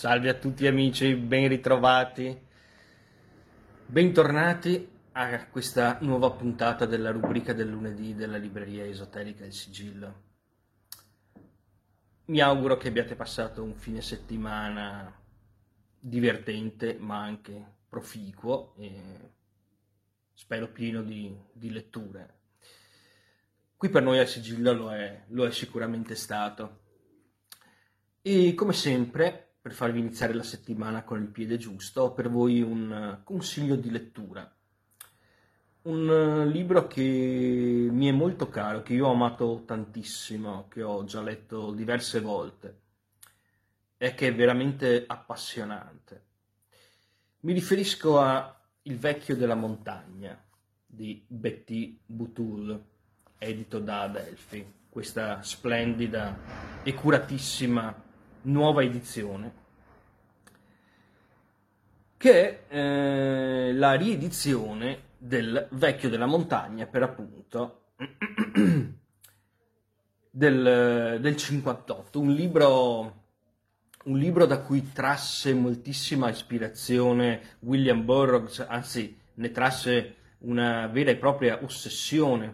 Salve a tutti amici, ben ritrovati, bentornati a questa nuova puntata della rubrica del lunedì della libreria esoterica Il Sigillo. Mi auguro che abbiate passato un fine settimana divertente ma anche proficuo e spero pieno di letture. Qui per noi al Sigillo lo è sicuramente stato. E come sempre, per farvi iniziare la settimana con il piede giusto, ho per voi un consiglio di lettura. Un libro che mi è molto caro, che io ho amato tantissimo, che ho già letto diverse volte e che è veramente appassionante. Mi riferisco a Il vecchio della montagna di Betty Boutul, edito da Adelphi, questa splendida e curatissima nuova edizione, che è la riedizione del Vecchio della Montagna, per appunto, del 58, un libro da cui trasse moltissima ispirazione William Burroughs, anzi ne trasse una vera e propria ossessione.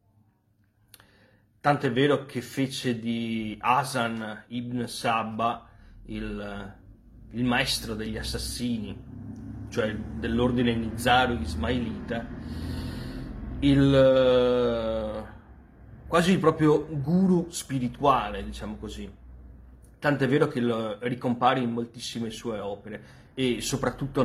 Tanto è vero che fece di Hasan ibn Sabba il maestro degli assassini, cioè dell'ordine Nizzaru Ismailita, quasi il proprio guru spirituale, diciamo così. Tant'è vero che lo ricompare in moltissime sue opere e soprattutto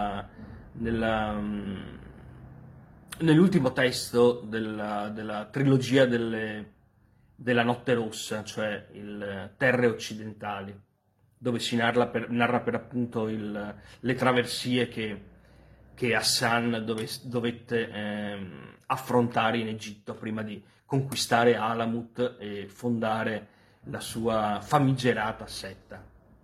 nell'ultimo testo della trilogia della Notte Rossa, cioè il Terre Occidentali, dove si narra per appunto le traversie che Hassan dovette affrontare in Egitto prima di conquistare Alamut e fondare la sua famigerata setta.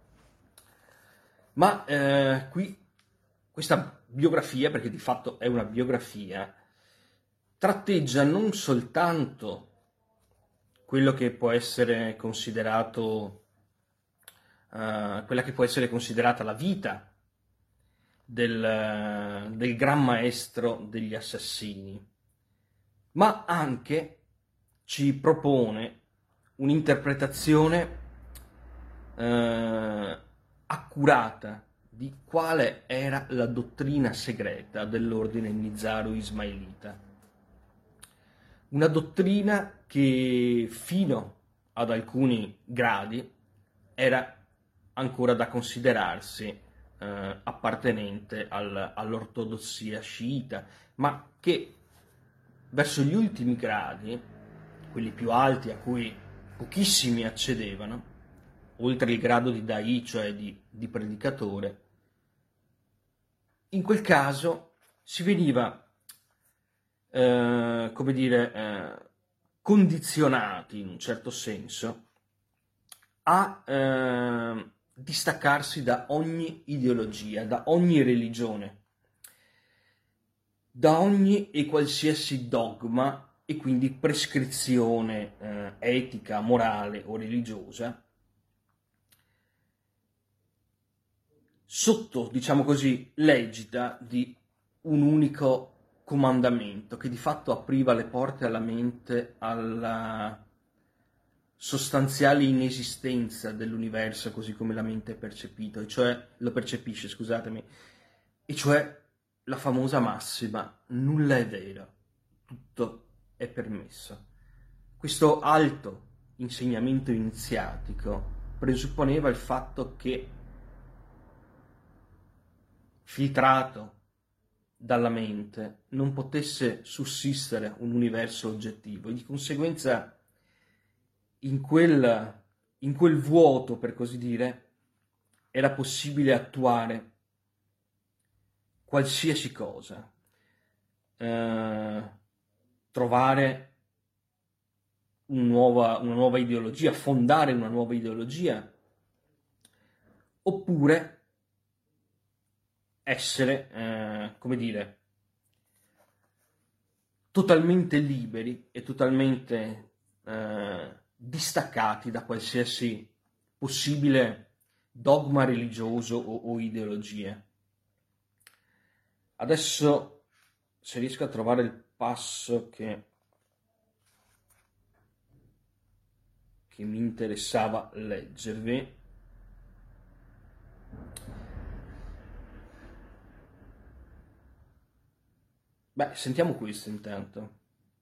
Ma qui questa biografia, perché di fatto è una biografia, tratteggia non soltanto quello che può essere considerato, quella che può essere considerata la vita del gran maestro degli assassini, ma anche ci propone un'interpretazione accurata di quale era la dottrina segreta dell'ordine Nizzaru Ismailita. Una dottrina che fino ad alcuni gradi era ancora da considerarsi appartenente all'ortodossia sciita, ma che verso gli ultimi gradi, quelli più alti a cui pochissimi accedevano, oltre il grado di Da'i, cioè di predicatore, in quel caso si veniva come dire, condizionati in un certo senso a distaccarsi da ogni ideologia, da ogni religione, da ogni e qualsiasi dogma e quindi prescrizione etica, morale o religiosa, sotto, diciamo così, l'egida di un unico comandamento che di fatto apriva le porte alla mente alla sostanziale inesistenza dell'universo così come la mente è percepito, e cioè lo percepisce, scusatemi, e cioè la famosa massima: nulla è vero, tutto è permesso. Questo alto insegnamento iniziatico presupponeva il fatto che, filtrato dalla mente, non potesse sussistere un universo oggettivo e di conseguenza in quel vuoto, per così dire, era possibile attuare qualsiasi cosa, trovare una nuova ideologia, fondare una nuova ideologia, oppure essere, come dire, totalmente liberi e totalmente distaccati da qualsiasi possibile dogma religioso o ideologie. Adesso, se riesco a trovare il passo che mi interessava leggervi. Beh, sentiamo questo intanto.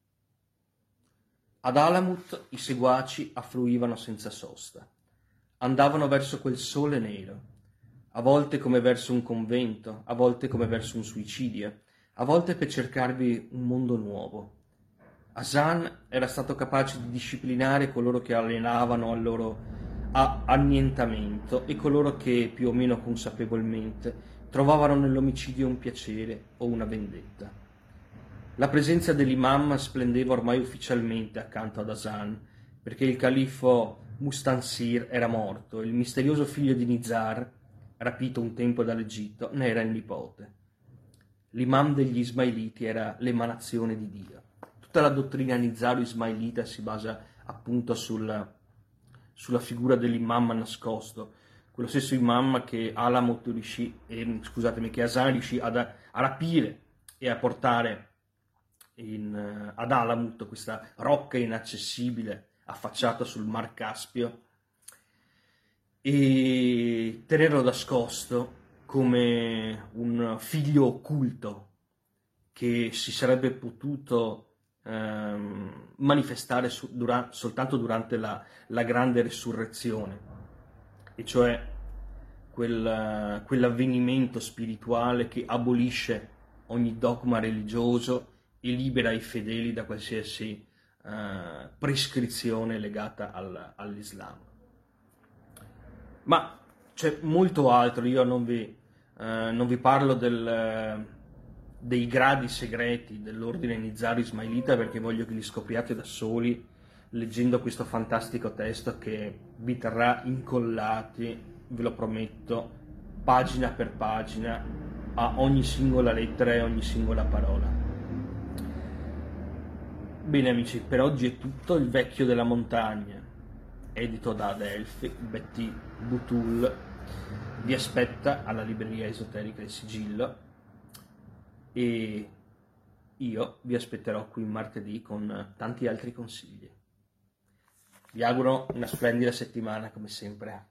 Ad Alamut i seguaci affluivano senza sosta. Andavano verso quel sole nero, a volte come verso un convento, a volte come verso un suicidio, a volte per cercarvi un mondo nuovo. Hasan era stato capace di disciplinare coloro che allenavano al loro annientamento e coloro che, più o meno consapevolmente, trovavano nell'omicidio un piacere o una vendetta. La presenza dell'imam splendeva ormai ufficialmente accanto ad Hasan, perché il califfo Mustansir era morto e il misterioso figlio di Nizar, rapito un tempo dall'Egitto, ne era il nipote. L'imam degli Ismailiti era l'emanazione di Dio. Tutta la dottrina nizaro-ismailita si basa appunto sulla figura dell'imam nascosto, quello stesso imam che che Hasan riuscì a rapire e a portare ad Alamut, questa rocca inaccessibile affacciata sul Mar Caspio, e tenerlo nascosto come un figlio occulto che si sarebbe potuto manifestare soltanto durante la grande resurrezione, e cioè quell'avvenimento spirituale che abolisce ogni dogma religioso e libera i fedeli da qualsiasi prescrizione legata all'Islam. Ma c'è molto altro. Io non vi parlo dei gradi segreti dell'ordine nizaro ismailita, perché voglio che li scopriate da soli leggendo questo fantastico testo che vi terrà incollati, ve lo prometto, pagina per pagina, a ogni singola lettera e ogni singola parola. Bene amici, per oggi è tutto. Il Vecchio della Montagna, edito da Adelphi, Betty Butul, vi aspetta alla libreria esoterica Il Sigillo, e io vi aspetterò qui martedì con tanti altri consigli. Vi auguro una splendida settimana come sempre.